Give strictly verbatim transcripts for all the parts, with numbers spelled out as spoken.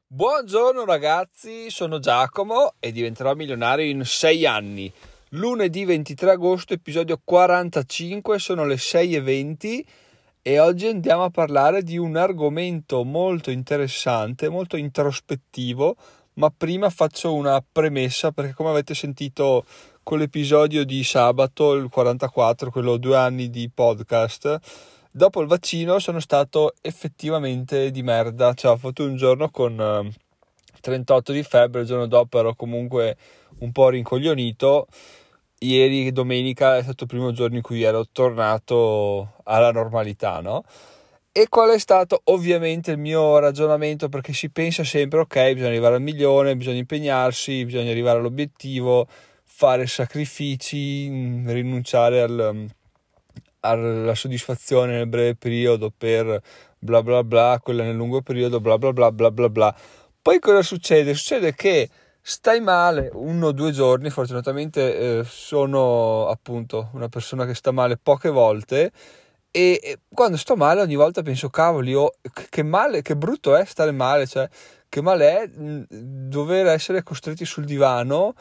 Buongiorno ragazzi, sono Giacomo e diventerò milionario in sei anni. Lunedì ventitré agosto, episodio quarantacinque, sono le sei e venti e oggi andiamo a parlare di un argomento molto interessante, molto introspettivo, ma prima faccio una premessa perché come avete sentito con l'episodio di sabato, il quarantaquattro, quello due anni di podcast, dopo il vaccino sono stato effettivamente di merda, cioè ho fatto un giorno con eh, trentotto di febbre, il giorno dopo ero comunque un po' rincoglionito. Ieri domenica è stato il primo giorno in cui ero tornato alla normalità, no? E qual è stato ovviamente il mio ragionamento? Perché si pensa sempre, ok, bisogna arrivare al milione, bisogna impegnarsi, bisogna arrivare all'obiettivo, fare sacrifici, rinunciare al alla soddisfazione nel breve periodo per bla bla bla, quella nel lungo periodo bla bla bla bla bla bla. Poi cosa succede? Succede che stai male uno o due giorni, fortunatamente eh, sono appunto una persona che sta male poche volte e, e quando sto male ogni volta penso cavoli, oh, che male, che brutto è stare male, cioè che male è mh, dover essere costretti sul divano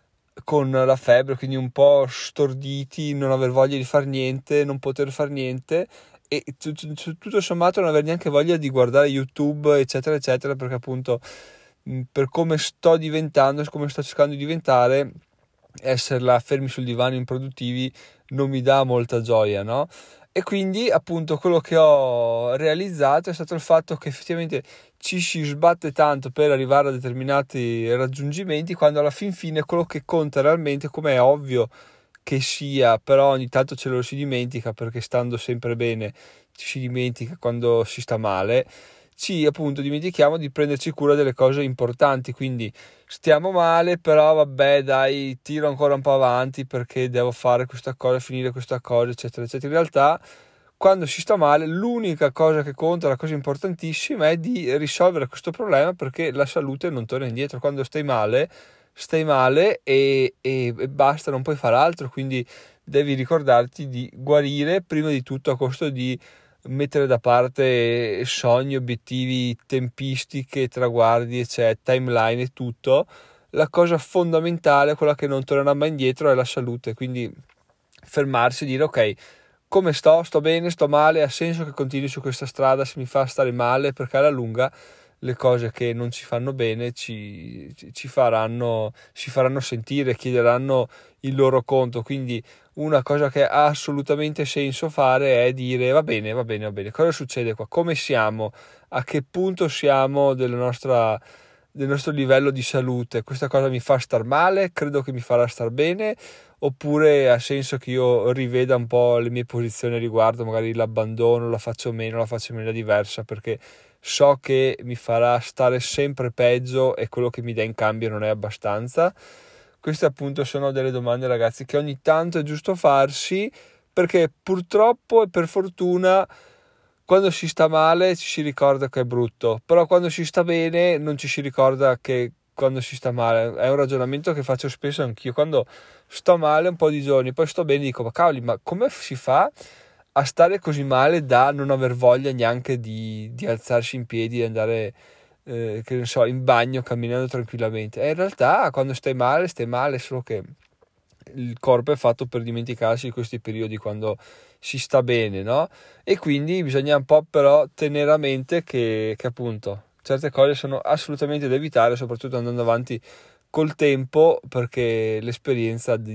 con la febbre, quindi un po' storditi, non aver voglia di far niente, non poter far niente e t- t- tutto sommato non aver neanche voglia di guardare YouTube, eccetera eccetera, perché appunto mh, per come sto diventando, come sto cercando di diventare, essere là fermi sul divano improduttivi non mi dà molta gioia, no? E quindi appunto quello che ho realizzato è stato il fatto che effettivamente ci si sbatte tanto per arrivare a determinati raggiungimenti, quando alla fin fine quello che conta realmente, come è ovvio che sia, però ogni tanto ce lo si dimentica, perché stando sempre bene ci si dimentica quando si sta male, ci appunto dimentichiamo di prenderci cura delle cose importanti. Quindi stiamo male, però vabbè dai, tiro ancora un po' avanti perché devo fare questa cosa, finire questa cosa, eccetera eccetera. In realtà quando si sta male l'unica cosa che conta, la cosa importantissima è di risolvere questo problema, perché la salute non torna indietro. Quando stai male stai male e, e, e basta, non puoi fare altro, quindi devi ricordarti di guarire prima di tutto, a costo di mettere da parte sogni, obiettivi, tempistiche, traguardi, eccetera, timeline e tutto. La cosa fondamentale, quella che non tornerà mai indietro, è la salute. Quindi fermarsi e dire ok, come sto? Sto bene? Sto male? Ha senso che continui su questa strada se mi fa stare male? Perché alla lunga le cose che non ci fanno bene ci, ci faranno, si faranno sentire, chiederanno il loro conto. Quindi una cosa che ha assolutamente senso fare è dire va bene, va bene, va bene, cosa succede qua? Come siamo? A che punto siamo della nostra, del nostro livello di salute? Questa cosa mi fa star male? Credo che mi farà star bene? Oppure ha senso che io riveda un po' le mie posizioni a riguardo, magari l'abbandono, la faccio meno, la faccio in maniera diversa, perché so che mi farà stare sempre peggio e quello che mi dà in cambio non è abbastanza. Queste appunto sono delle domande, ragazzi, che ogni tanto è giusto farsi, perché purtroppo e per fortuna quando si sta male ci si ricorda che è brutto, però quando si sta bene non ci si ricorda che quando si sta male. È un ragionamento che faccio spesso anch'io: quando sto male un po' di giorni, poi sto bene, dico ma cavoli, ma come si fa a stare così male da non aver voglia neanche di, di alzarsi in piedi e andare eh, che ne so, in bagno camminando tranquillamente? E in realtà quando stai male stai male, solo che il corpo è fatto per dimenticarsi di questi periodi quando si sta bene, no? E quindi bisogna un po' però tenere a mente che, che appunto certe cose sono assolutamente da evitare, soprattutto andando avanti col tempo, perché l'esperienza di,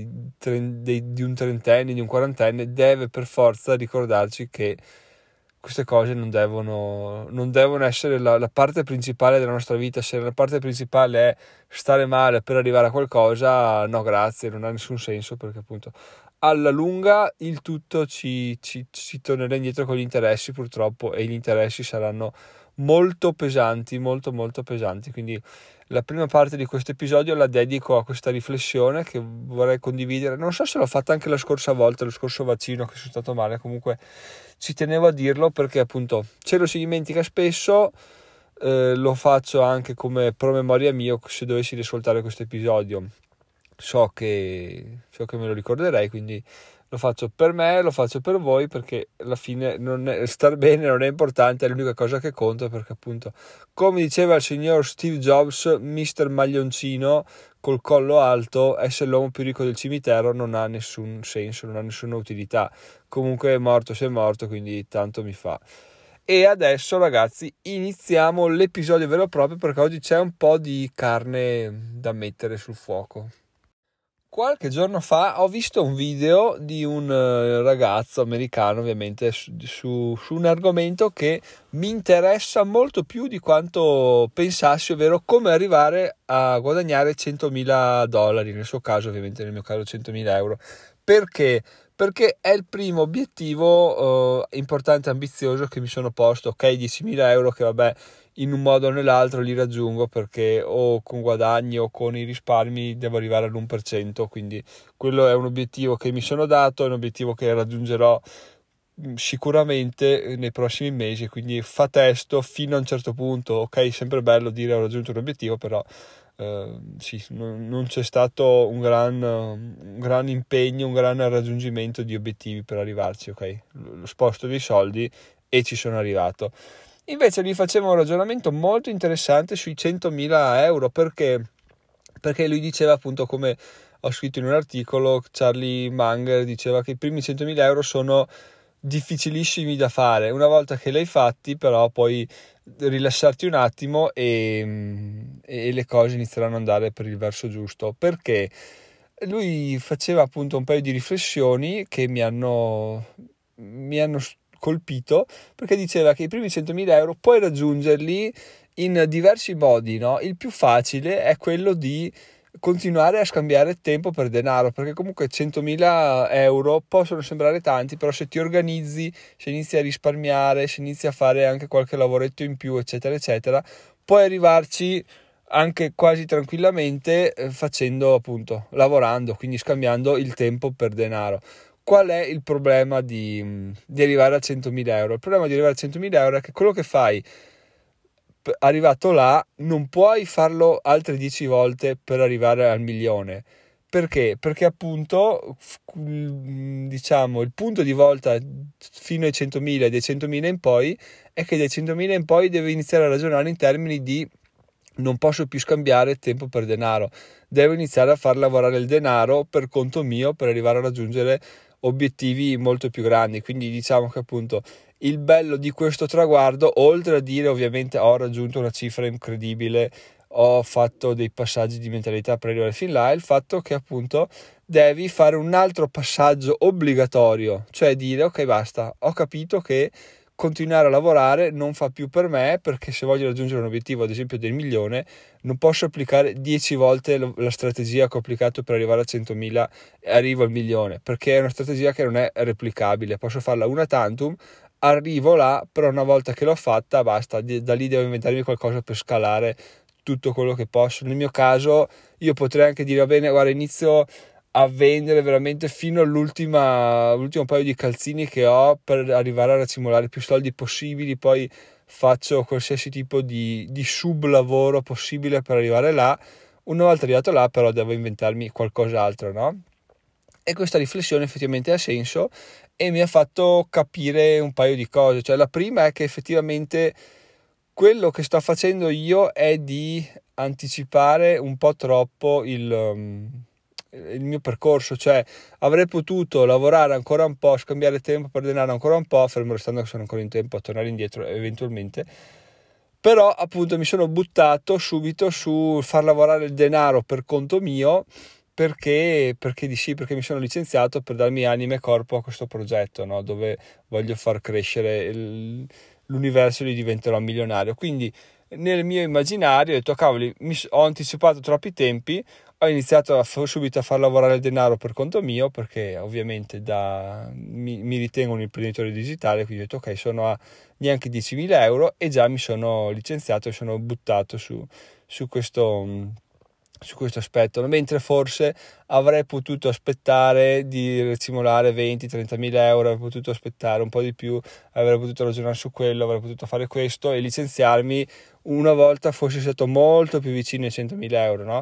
di, di un trentenne, di un quarantenne deve per forza ricordarci che queste cose non devono, non devono essere la, la parte principale della nostra vita. Se la parte principale è stare male per arrivare a qualcosa, no grazie, non ha nessun senso, perché appunto alla lunga il tutto ci, ci, ci tornerà indietro con gli interessi, purtroppo, e gli interessi saranno molto pesanti, molto molto pesanti. Quindi la prima parte di questo episodio la dedico a questa riflessione che vorrei condividere. Non so se l'ho fatta anche la scorsa volta, lo scorso vaccino, che sono stato male, comunque ci tenevo a dirlo perché appunto ce lo si dimentica spesso. Eh, lo faccio anche come promemoria mio, se dovessi riascoltare questo episodio so che, so che me lo ricorderei, quindi lo faccio per me, lo faccio per voi, perché alla fine non è, star bene non è importante, è l'unica cosa che conta, perché appunto, come diceva il signor Steve Jobs, mister Maglioncino col collo alto, essere l'uomo più ricco del cimitero non ha nessun senso, non ha nessuna utilità. Comunque è morto se è morto, quindi tanto mi fa. E adesso, ragazzi, iniziamo l'episodio vero e proprio, perché oggi c'è un po' di carne da mettere sul fuoco. Qualche giorno fa ho visto un video di un ragazzo americano, ovviamente, su, su, su un argomento che mi interessa molto più di quanto pensassi, ovvero come arrivare a guadagnare centomila dollari, nel suo caso, ovviamente, nel mio caso centomila euro. Perché? Perché è il primo obiettivo eh, importante e ambizioso che mi sono posto. Ok, diecimila euro che vabbè, in un modo o nell'altro li raggiungo, perché o con guadagni o con i risparmi devo arrivare all'uno per cento, quindi quello è un obiettivo che mi sono dato, è un obiettivo che raggiungerò sicuramente nei prossimi mesi, quindi fa testo fino a un certo punto. Ok, sempre bello dire ho raggiunto un obiettivo, però eh, sì, non, non c'è stato un gran, un gran impegno, un gran raggiungimento di obiettivi per arrivarci. Ok, lo sposto dei soldi e ci sono arrivato. Invece gli facevo un ragionamento molto interessante sui centomila euro, perché perché lui diceva, appunto, come ho scritto in un articolo, Charlie Munger diceva che i primi centomila euro sono difficilissimi da fare. Una volta che li hai fatti, però, puoi rilassarti un attimo e, e le cose inizieranno ad andare per il verso giusto. Perché lui faceva appunto un paio di riflessioni che mi hanno mi hanno colpito, perché diceva che i primi centomila euro puoi raggiungerli in diversi modi, no? Il più facile è quello di continuare a scambiare tempo per denaro, perché comunque centomila euro possono sembrare tanti, però se ti organizzi, se inizi a risparmiare, se inizi a fare anche qualche lavoretto in più, eccetera eccetera, puoi arrivarci anche quasi tranquillamente eh, facendo, appunto, lavorando, quindi scambiando il tempo per denaro. Qual è il problema di, di arrivare a centomila euro? Il problema di arrivare a centomila euro è che quello che fai arrivato là non puoi farlo altre dieci volte per arrivare al milione. Perché? Perché appunto, diciamo, il punto di volta fino ai centomila e dai centomila in poi è che dai centomila in poi devi iniziare a ragionare in termini di non posso più scambiare tempo per denaro, devo iniziare a far lavorare il denaro per conto mio per arrivare a raggiungere obiettivi molto più grandi. Quindi diciamo che appunto il bello di questo traguardo, oltre a dire ovviamente ho raggiunto una cifra incredibile, ho fatto dei passaggi di mentalità per arrivare fin là, è il fatto che appunto devi fare un altro passaggio obbligatorio, cioè dire ok, basta, ho capito che continuare a lavorare non fa più per me, perché se voglio raggiungere un obiettivo, ad esempio del milione, non posso applicare dieci volte la strategia che ho applicato per arrivare a centomila e arrivo al milione, perché è una strategia che non è replicabile. Posso farla una tantum, arrivo là, però una volta che l'ho fatta basta, da lì devo inventarmi qualcosa per scalare tutto quello che posso. Nel mio caso io potrei anche dire va bene, guarda, inizio a vendere veramente fino all'ultima l'ultimo paio di calzini che ho per arrivare a racimolare più soldi possibili, poi faccio qualsiasi tipo di, di sub lavoro possibile per arrivare là. Una volta arrivato là però devo inventarmi qualcos'altro, no? E questa riflessione effettivamente ha senso e mi ha fatto capire un paio di cose. Cioè, la prima è che effettivamente quello che sto facendo io è di anticipare un po' troppo il, um, il mio percorso. Cioè, avrei potuto lavorare ancora un po', scambiare tempo per denaro ancora un po', fermo restando che sono ancora in tempo a tornare indietro eventualmente, però appunto mi sono buttato subito su far lavorare il denaro per conto mio, perché, perché di sì, perché mi sono licenziato per darmi anima e corpo a questo progetto, no? Dove voglio far crescere il, l'universo e diventerò milionario. Quindi nel mio immaginario ho detto cavoli, mi, ho anticipato troppi tempi, ho iniziato a, subito a far lavorare il denaro per conto mio, perché ovviamente da, mi, mi ritengo un imprenditore digitale, quindi ho detto ok, sono a neanche diecimila euro e già mi sono licenziato e sono buttato su, su questo su questo aspetto, mentre forse avrei potuto aspettare di racimolare venti trentamila euro, avrei potuto aspettare un po' di più, avrei potuto ragionare su quello, avrei potuto fare questo e licenziarmi una volta fossi stato molto più vicino ai centomila euro, no?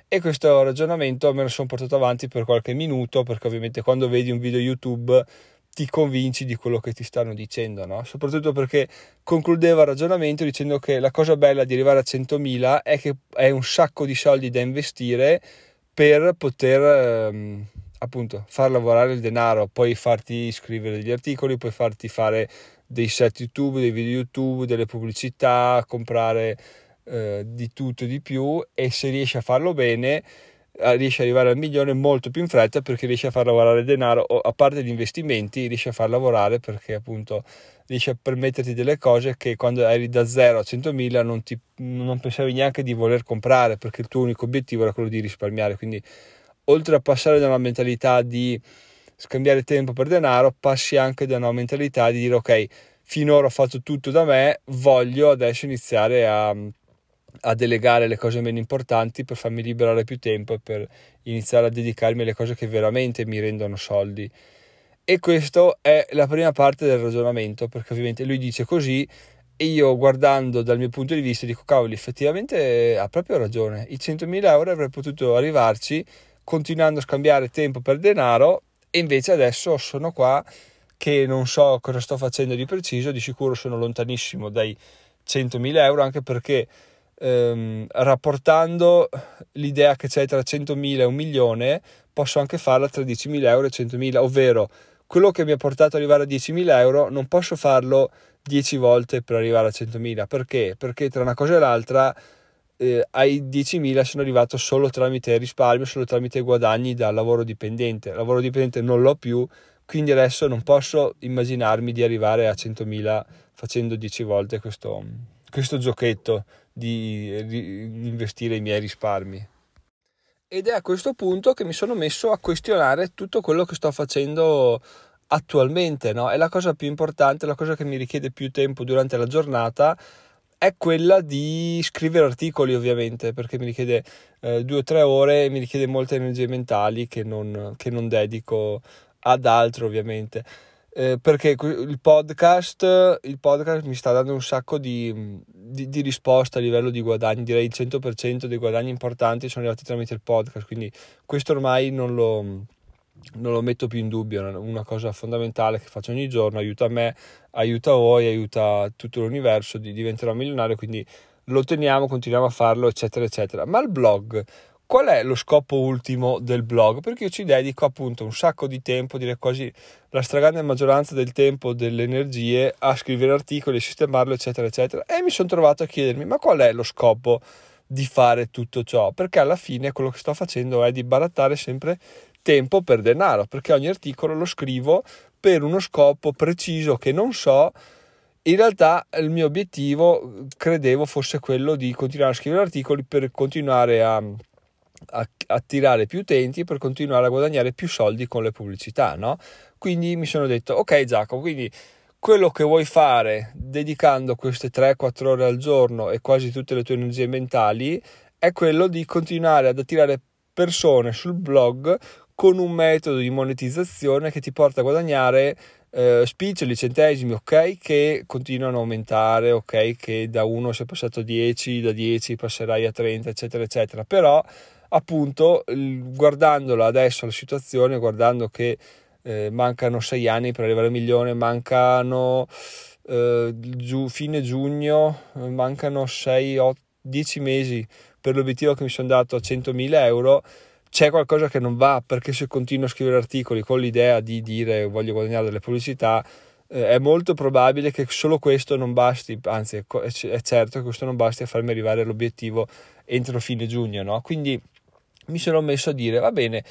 E questo ragionamento me lo sono portato avanti per qualche minuto, perché ovviamente quando vedi un video YouTube ti convinci di quello che ti stanno dicendo, no? Soprattutto perché concludeva il ragionamento dicendo che la cosa bella di arrivare a centomila è che è un sacco di soldi da investire per poter ehm, appunto far lavorare il denaro, poi farti scrivere degli articoli, poi farti fare dei set YouTube, dei video YouTube, delle pubblicità, comprare eh, di tutto e di più, e se riesci a farlo bene riesci ad arrivare al milione molto più in fretta, perché riesci a far lavorare il denaro, o a parte gli investimenti riesci a far lavorare, perché appunto riesci a permetterti delle cose che quando eri da zero a centomila non, ti, non pensavi neanche di voler comprare, perché il tuo unico obiettivo era quello di risparmiare. Quindi oltre a passare da una mentalità di scambiare tempo per denaro, passi anche da una mentalità di dire ok, finora ho fatto tutto da me, voglio adesso iniziare a a delegare le cose meno importanti per farmi liberare più tempo e per iniziare a dedicarmi alle cose che veramente mi rendono soldi. E questa è la prima parte del ragionamento, perché ovviamente lui dice così e io, guardando dal mio punto di vista, dico cavoli, effettivamente ha proprio ragione, i centomila euro avrei potuto arrivarci continuando a scambiare tempo per denaro, e invece adesso sono qua che non so cosa sto facendo di preciso, di sicuro sono lontanissimo dai centomila euro, anche perché Ehm, rapportando l'idea che c'è tra centomila e un milione, posso anche farla tra diecimila euro e centomila, ovvero quello che mi ha portato ad arrivare a diecimila euro non posso farlo dieci volte per arrivare a centomila. Perché? Perché tra una cosa e l'altra eh, ai diecimila sono arrivato solo tramite risparmio, solo tramite guadagni da lavoro dipendente. Lavoro dipendente non l'ho più, quindi adesso non posso immaginarmi di arrivare a centomila facendo dieci volte questo, questo giochetto di, di investire i miei risparmi. Ed è a questo punto che mi sono messo a questionare tutto quello che sto facendo attualmente, no? È la cosa più importante, la cosa che mi richiede più tempo durante la giornata è quella di scrivere articoli, ovviamente, perché mi richiede eh, due o tre ore e mi richiede molte energie mentali che non, che non dedico ad altro, ovviamente. Eh, perché il podcast, il podcast mi sta dando un sacco di, di, di risposte a livello di guadagni. Direi il cento per cento dei guadagni importanti sono arrivati tramite il podcast, quindi questo ormai non lo, non lo metto più in dubbio, è una cosa fondamentale che faccio ogni giorno, aiuta me, aiuta voi, aiuta tutto l'universo, di diventerò milionario, quindi lo teniamo, continuiamo a farlo, eccetera eccetera. Ma il blog, qual è lo scopo ultimo del blog? Perché io ci dedico appunto un sacco di tempo, direi quasi la stragrande maggioranza del tempo, delle energie, a scrivere articoli, sistemarlo, eccetera eccetera, e mi sono trovato a chiedermi ma qual è lo scopo di fare tutto ciò? Perché alla fine quello che sto facendo è di barattare sempre tempo per denaro, perché ogni articolo lo scrivo per uno scopo preciso che non so. In realtà il mio obiettivo credevo fosse quello di continuare a scrivere articoli per continuare a a attirare più utenti, per continuare a guadagnare più soldi con le pubblicità, no? Quindi mi sono detto ok Giacomo, quindi quello che vuoi fare dedicando queste tre quattro ore al giorno e quasi tutte le tue energie mentali è quello di continuare ad attirare persone sul blog con un metodo di monetizzazione che ti porta a guadagnare eh, spiccioli, centesimi, ok, che continuano a aumentare, ok, che da uno si è passato a dieci, da dieci passerai a trenta, eccetera eccetera. Però appunto guardandola adesso la situazione, guardando che eh, mancano sei anni per arrivare al milione, mancano eh, giù, fine giugno, mancano sei, otto, dieci mesi per l'obiettivo che mi sono dato a centomila euro, c'è qualcosa che non va, perché se continuo a scrivere articoli con l'idea di dire voglio guadagnare delle pubblicità, eh, è molto probabile che solo questo non basti, anzi è, è certo che questo non basti a farmi arrivare all'obiettivo entro fine giugno, no? Quindi mi sono messo a dire va bene,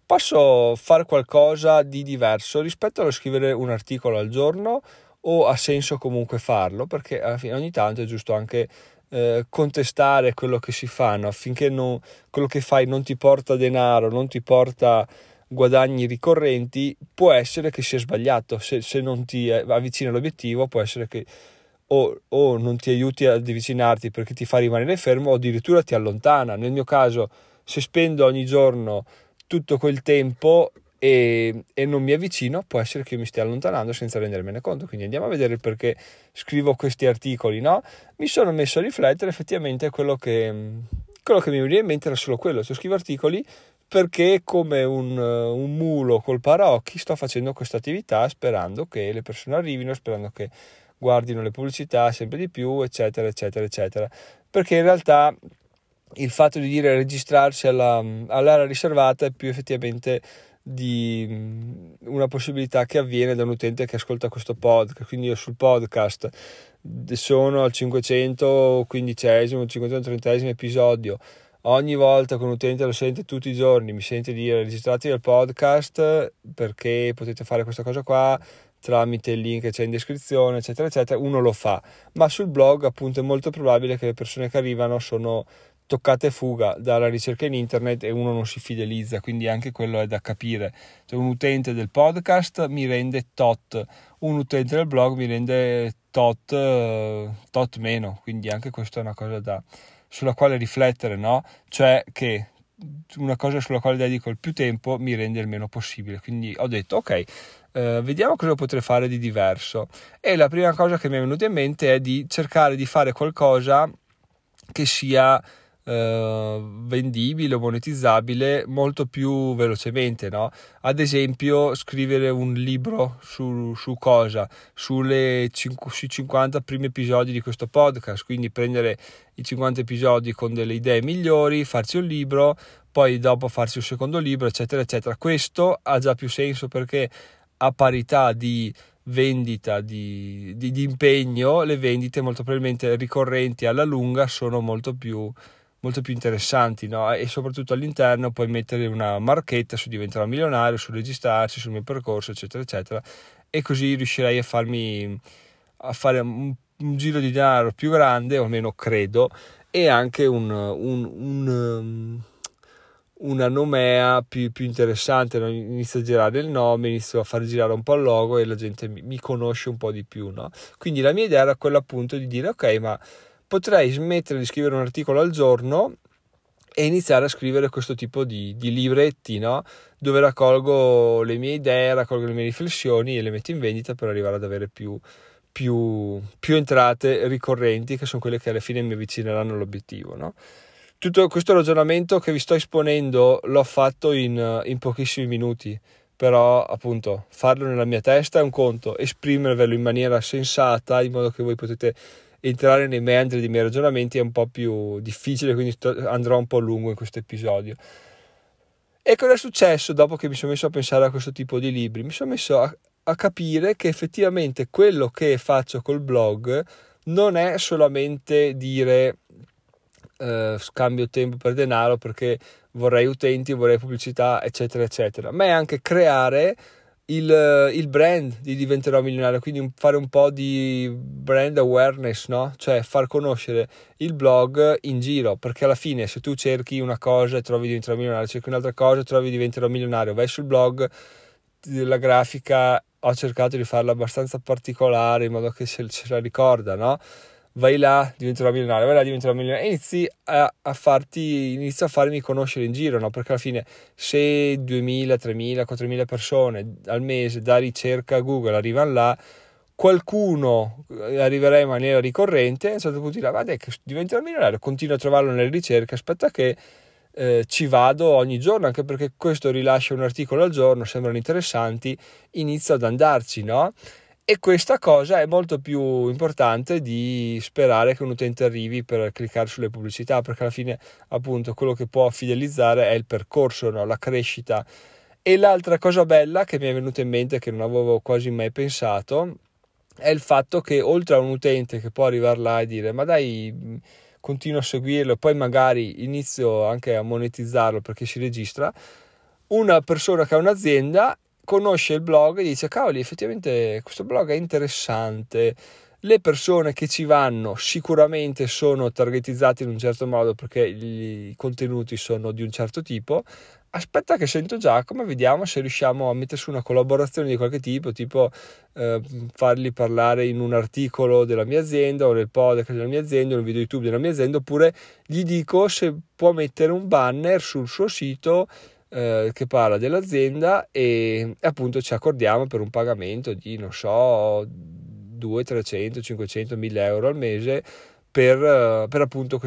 posso fare qualcosa di diverso rispetto allo scrivere un articolo al giorno, o ha senso comunque farlo? Perché alla fine ogni tanto è giusto anche eh, contestare quello che si fa, no? Affinché non, quello che fai non ti porta denaro, non ti porta guadagni ricorrenti, può essere che sia sbagliato. Se, se non ti avvicina all'obiettivo, può essere che o, o non ti aiuti ad avvicinarti perché ti fa rimanere fermo, o addirittura ti allontana. Nel mio caso, se spendo ogni giorno tutto quel tempo e, e non mi avvicino, può essere che io mi stia allontanando senza rendermene conto. Quindi andiamo a vedere perché scrivo questi articoli, no? Mi sono messo a riflettere, effettivamente è quello che, quello che mi veniva in mente era solo quello, cioè scrivo articoli perché come un, un mulo col paraocchi sto facendo questa attività sperando che le persone arrivino, sperando che guardino le pubblicità sempre di più, eccetera, eccetera, eccetera. Perché in realtà il fatto di dire registrarsi alla, all'area riservata è più effettivamente di una possibilità che avviene da un utente che ascolta questo podcast. Quindi io sul podcast sono al cinquecentoquindicesimo, cinquecentotrentesimo episodio. Ogni volta che un utente lo sente tutti i giorni, mi sente dire registratevi al podcast perché potete fare questa cosa qua tramite il link che c'è in descrizione, eccetera, eccetera, uno lo fa. Ma sul blog appunto è molto probabile che le persone che arrivano sono toccate fuga dalla ricerca in internet e uno non si fidelizza, quindi anche quello è da capire. Cioè, un utente del podcast mi rende tot, un utente del blog mi rende tot, tot meno, quindi anche questa è una cosa da sulla quale riflettere, no? Cioè che una cosa sulla quale dedico il più tempo mi rende il meno possibile. Quindi ho detto ok, eh, vediamo cosa potrei fare di diverso, e la prima cosa che mi è venuta in mente è di cercare di fare qualcosa che sia Uh, vendibile o monetizzabile molto più velocemente, no? Ad esempio scrivere un libro su, su cosa? Sulle cinque, sui cinquanta primi episodi di questo podcast, quindi prendere i cinquanta episodi con delle idee migliori, farci un libro, poi dopo farci un secondo libro, eccetera eccetera. Questo ha già più senso perché a parità di vendita di, di, di impegno, le vendite molto probabilmente ricorrenti alla lunga sono molto più molto più interessanti, no? E soprattutto all'interno puoi mettere una marchetta su diventerò milionario, su registrarsi, sul mio percorso, eccetera eccetera, e così riuscirei a farmi a fare un, un giro di denaro più grande, o almeno credo, e anche un, un, un una nomea più, più interessante, no? Inizio a girare il nome, inizio a far girare un po' il logo e la gente mi, mi conosce un po' di più, no? Quindi la mia idea era quella appunto di dire ok, ma potrei smettere di scrivere un articolo al giorno e iniziare a scrivere questo tipo di, di libretti, no? Dove raccolgo le mie idee, raccolgo le mie riflessioni e le metto in vendita per arrivare ad avere più, più, più entrate ricorrenti, che sono quelle che alla fine mi avvicineranno all'obiettivo, no? Tutto questo ragionamento che vi sto esponendo l'ho fatto in, in pochissimi minuti, però appunto farlo nella mia testa è un conto, esprimervelo in maniera sensata in modo che voi potete entrare nei meandri dei miei ragionamenti è un po' più difficile, quindi sto, andrò un po' lungo in questo episodio. E cosa è successo dopo che mi sono messo a pensare a questo tipo di libri? Mi sono messo a, a capire che effettivamente quello che faccio col blog non è solamente dire Uh, scambio tempo per denaro perché vorrei utenti, vorrei pubblicità, eccetera eccetera, ma è anche creare il, il brand di diventerò milionario, quindi un, fare un po' di brand awareness, no? Cioè far conoscere il blog in giro, perché alla fine se tu cerchi una cosa e trovi diventerò milionario, cerchi un'altra cosa e trovi diventerò milionario, vai sul blog, la grafica ho cercato di farla abbastanza particolare in modo che se, se la ricorda, no? Vai là, diventerò milionario, vai là, diventerò milionario, e inizi a, a farti, inizi a farmi conoscere in giro, no? Perché alla fine se duemila, tremila, quattromila persone al mese da ricerca Google arrivano là, qualcuno arriverà in maniera ricorrente e a un certo punto dirà, ma dai, diventerò milionario, continuo a trovarlo nelle ricerche, aspetta che eh, ci vado ogni giorno, anche perché questo rilascia un articolo al giorno, sembrano interessanti, inizio ad andarci, no? E questa cosa è molto più importante di sperare che un utente arrivi per cliccare sulle pubblicità, perché alla fine appunto quello che può fidelizzare è il percorso, no? La crescita. E l'altra cosa bella che mi è venuta in mente, che non avevo quasi mai pensato, è il fatto che oltre a un utente che può arrivare là e dire ma dai, continuo a seguirlo e poi magari inizio anche a monetizzarlo perché si registra, una persona che ha un'azienda conosce il blog e dice cavoli, effettivamente questo blog è interessante, le persone che ci vanno sicuramente sono targetizzate in un certo modo perché i contenuti sono di un certo tipo, aspetta che sento Giacomo, vediamo se riusciamo a mettere su una collaborazione di qualche tipo, tipo eh, farli parlare in un articolo della mia azienda o nel podcast della mia azienda o nel video YouTube della mia azienda, oppure gli dico se può mettere un banner sul suo sito che parla dell'azienda e appunto ci accordiamo per un pagamento di non so duecento, trecento, cinquecento, mille euro al mese per, per appunto questo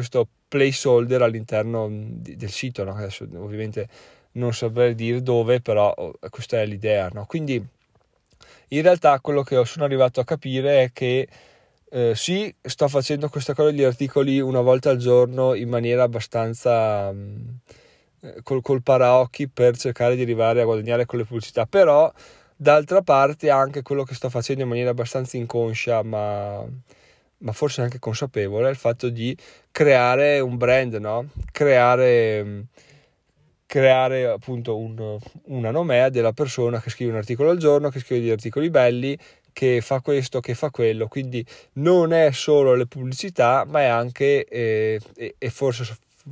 placeholder all'interno di, del sito, no? Adesso ovviamente non saprei dire dove, però questa è l'idea, no? Quindi in realtà quello che sono arrivato a capire è che eh, sì, sto facendo questa cosa degli articoli una volta al giorno in maniera abbastanza mh, col, col paraocchi per cercare di arrivare a guadagnare con le pubblicità, però d'altra parte anche quello che sto facendo in maniera abbastanza inconscia ma, ma forse anche consapevole è il fatto di creare un brand, no? Creare, creare appunto un, una nomea della persona che scrive un articolo al giorno, che scrive degli articoli belli, che fa questo, che fa quello, quindi non è solo le pubblicità ma è anche eh, e, e forse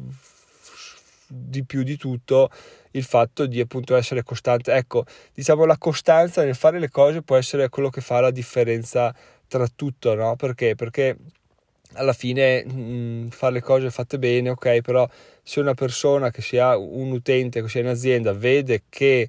di più di tutto il fatto di appunto essere costante. Ecco, diciamo la costanza nel fare le cose può essere quello che fa la differenza tra tutto, no? Perché? Perché alla fine mh, fare le cose fatte bene, ok, però se una persona che sia un utente, che sia in azienda, vede che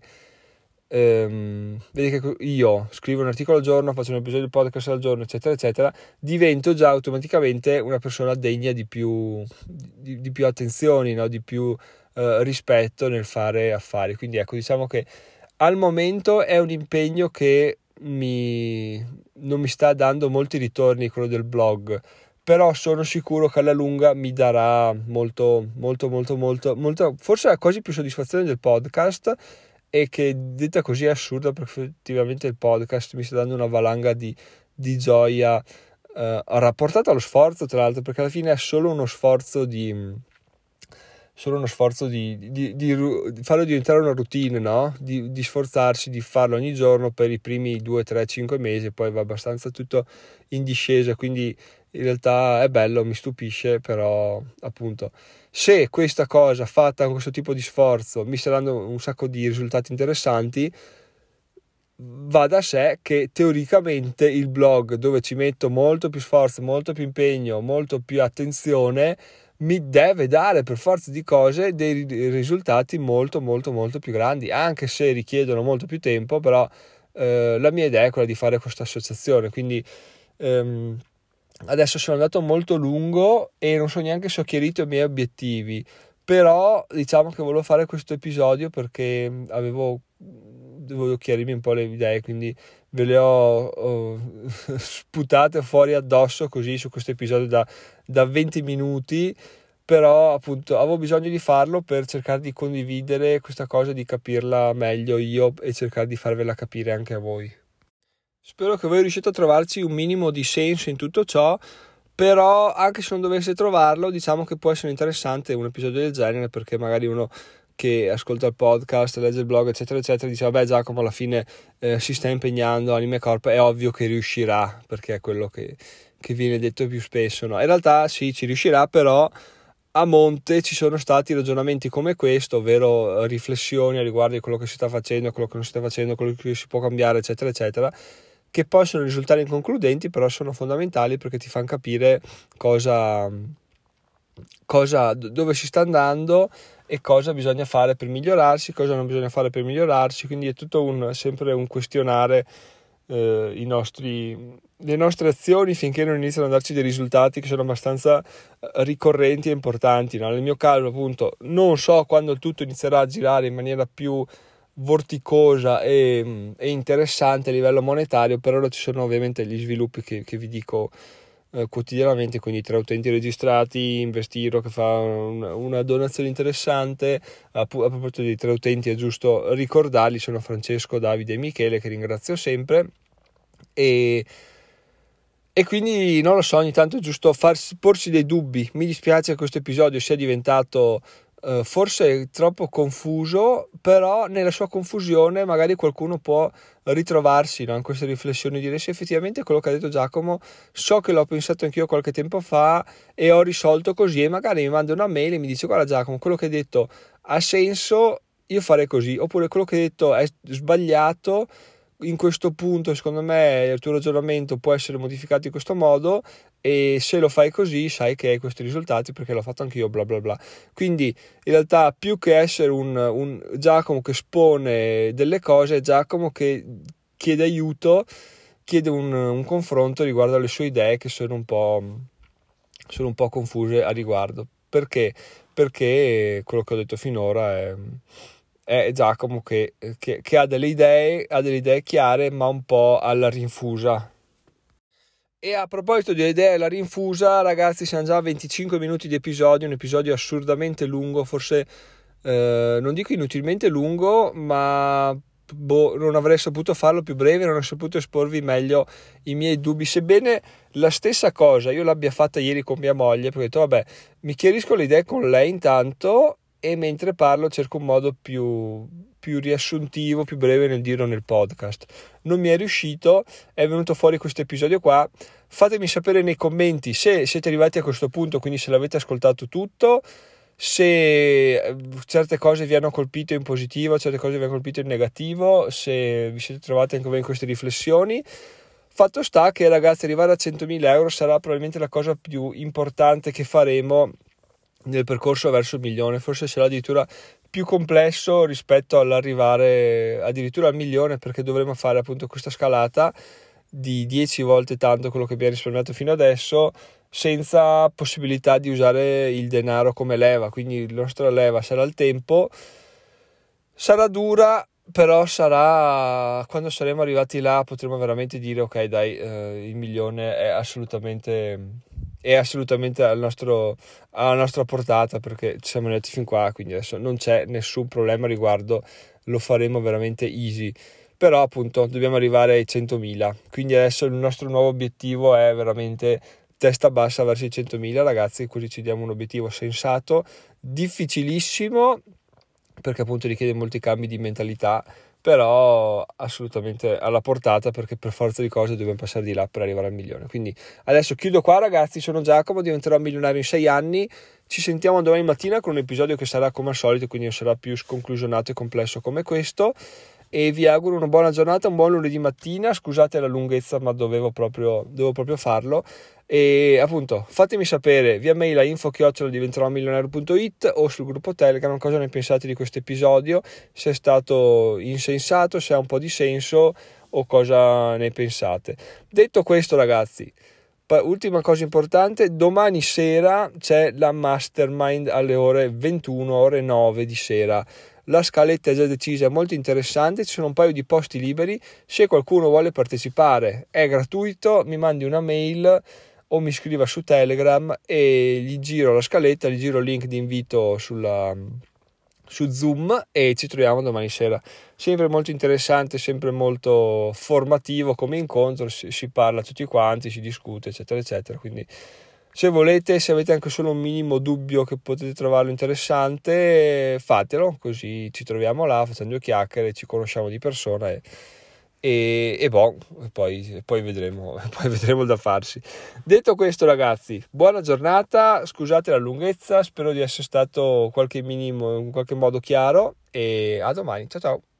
ehm, vede che io scrivo un articolo al giorno, faccio un episodio di podcast al giorno, eccetera eccetera, divento già automaticamente una persona degna di più di, di più attenzioni, no? Di più eh, rispetto nel fare affari. Quindi ecco, diciamo che al momento è un impegno che mi non mi sta dando molti ritorni, quello del blog, però sono sicuro che alla lunga mi darà molto molto molto molto molto, forse quasi più soddisfazione del podcast, e che detta così è assurda perché effettivamente il podcast mi sta dando una valanga di, di gioia eh, rapportata allo sforzo, tra l'altro, perché alla fine è solo uno sforzo di solo uno sforzo di, di, di, di farlo diventare una routine, no? Di, di sforzarsi di farlo ogni giorno per i primi due, tre, cinque mesi, poi va abbastanza tutto in discesa, quindi in realtà è bello, mi stupisce, però appunto se questa cosa fatta con questo tipo di sforzo mi sta dando un sacco di risultati interessanti, va da sé che teoricamente il blog, dove ci metto molto più sforzo, molto più impegno, molto più attenzione, mi deve dare per forza di cose dei risultati molto molto molto più grandi, anche se richiedono molto più tempo, però eh, la mia idea è quella di fare questa associazione. Quindi ehm, adesso sono andato molto lungo e non so neanche se ho chiarito i miei obiettivi, però diciamo che volevo fare questo episodio perché avevo dovevo chiarirmi un po' le idee, quindi ve le ho, ho sputate fuori addosso così su questo episodio da, da venti minuti, però appunto avevo bisogno di farlo per cercare di condividere questa cosa, di capirla meglio io e cercare di farvela capire anche a voi. Spero che voi riusciate a trovarci un minimo di senso in tutto ciò, però anche se non dovesse trovarlo, diciamo che può essere interessante un episodio del genere, perché magari uno che ascolta il podcast, legge il blog, eccetera eccetera, dice vabbè, Giacomo alla fine eh, si sta impegnando, Anime Corp è ovvio che riuscirà, perché è quello che, che viene detto più spesso, no? In realtà sì, ci riuscirà, però a monte ci sono stati ragionamenti come questo, ovvero riflessioni a riguardo di quello che si sta facendo, quello che non si sta facendo, quello che si può cambiare, eccetera eccetera, che possono risultare inconcludenti, però sono fondamentali perché ti fanno capire cosa, cosa dove si sta andando e cosa bisogna fare per migliorarsi, cosa non bisogna fare per migliorarsi. Quindi è tutto un, sempre un questionare eh, i nostri, le nostre azioni finché non iniziano a darci dei risultati che sono abbastanza ricorrenti e importanti, no? Nel mio caso appunto non so quando il tutto inizierà a girare in maniera più vorticosa e, e interessante a livello monetario, per ora ci sono ovviamente gli sviluppi che, che vi dico eh, quotidianamente, quindi tre utenti registrati, Investiro che fa una, una donazione interessante. A, a proposito di tre utenti è giusto ricordarli, sono Francesco, Davide e Michele, che ringrazio sempre, e E quindi non lo so, ogni tanto è giusto farsi, porsi dei dubbi. Mi dispiace che questo episodio sia diventato eh, forse troppo confuso, però nella sua confusione magari qualcuno può ritrovarsi, no, in queste riflessioni, dire se effettivamente quello che ha detto Giacomo so che l'ho pensato anch'io qualche tempo fa e ho risolto così, e magari mi manda una mail e mi dice guarda Giacomo, quello che hai detto ha senso, io farei così, oppure quello che hai detto è sbagliato, in questo punto secondo me il tuo ragionamento può essere modificato in questo modo, e se lo fai così sai che hai questi risultati perché l'ho fatto anch'io, bla bla bla. Quindi in realtà più che essere un, un Giacomo che espone delle cose, è Giacomo che chiede aiuto, chiede un, un confronto riguardo alle sue idee che sono un po' sono un po' confuse a riguardo. Perché? Perché quello che ho detto finora è, è Giacomo che, che, che ha delle idee, ha delle idee chiare, ma un po' alla rinfusa. E a proposito di idee alla rinfusa, ragazzi, siamo già a venticinque minuti di episodio, un episodio assurdamente lungo, forse eh, non dico inutilmente lungo, ma boh, non avrei saputo farlo più breve, non ho saputo esporvi meglio i miei dubbi, sebbene la stessa cosa io l'abbia fatta ieri con mia moglie, perché ho detto vabbè, mi chiarisco le idee con lei intanto e mentre parlo cerco un modo più, più riassuntivo, più breve nel dirlo nel podcast. Non mi è riuscito, è venuto fuori questo episodio qua. Fatemi sapere nei commenti se siete arrivati a questo punto, quindi se l'avete ascoltato tutto, se certe cose vi hanno colpito in positivo, certe cose vi hanno colpito in negativo, se vi siete trovati anche voi in queste riflessioni. Fatto sta che, ragazzi, arrivare a centomila euro sarà probabilmente la cosa più importante che faremo nel percorso verso il milione, forse sarà addirittura più complesso rispetto all'arrivare addirittura al milione, perché dovremo fare appunto questa scalata di dieci volte tanto quello che abbiamo risparmiato fino adesso, senza possibilità di usare il denaro come leva. Quindi la nostra leva sarà il tempo, sarà dura, però sarà, quando saremo arrivati là potremo veramente dire ok dai, eh, il milione è assolutamente è assolutamente al nostro, alla nostra portata, perché ci siamo arrivati fin qua, quindi adesso non c'è nessun problema a riguardo, lo faremo veramente easy. Però appunto dobbiamo arrivare ai centomila, quindi adesso il nostro nuovo obiettivo è veramente testa bassa verso i centomila, ragazzi, così ci diamo un obiettivo sensato, difficilissimo, perché appunto richiede molti cambi di mentalità, però assolutamente alla portata, perché per forza di cose dobbiamo passare di là per arrivare al milione. Quindi adesso chiudo qua, ragazzi, sono Giacomo, diventerò milionario in sei anni, ci sentiamo domani mattina con un episodio che sarà come al solito, quindi non sarà più sconclusionato e complesso come questo, e vi auguro una buona giornata, un buon lunedì mattina, scusate la lunghezza ma dovevo proprio, dovevo proprio farlo. E appunto fatemi sapere via mail a info chiocciola diventerò milionario punto it o sul gruppo Telegram cosa ne pensate di questo episodio, se è stato insensato, se ha un po' di senso o cosa ne pensate. Detto questo, ragazzi, ultima cosa importante, domani sera c'è la mastermind alle ore ventuno, ore nove di sera. La scaletta è già decisa, è molto interessante, ci sono un paio di posti liberi, se qualcuno vuole partecipare è gratuito, mi mandi una mail o mi scriva su Telegram e gli giro la scaletta, gli giro il link di invito sulla, su Zoom e ci troviamo domani sera. Sempre molto interessante, sempre molto formativo come incontro, si, si parla tutti quanti, si discute eccetera eccetera, quindi se volete, se avete anche solo un minimo dubbio che potete trovarlo interessante, fatelo, così ci troviamo là, facciamo due chiacchiere, ci conosciamo di persona e, e, e boh, poi, poi, vedremo, poi vedremo da farsi. Detto questo, ragazzi, buona giornata, scusate la lunghezza, spero di essere stato qualche minimo, in qualche modo chiaro e a domani, ciao ciao!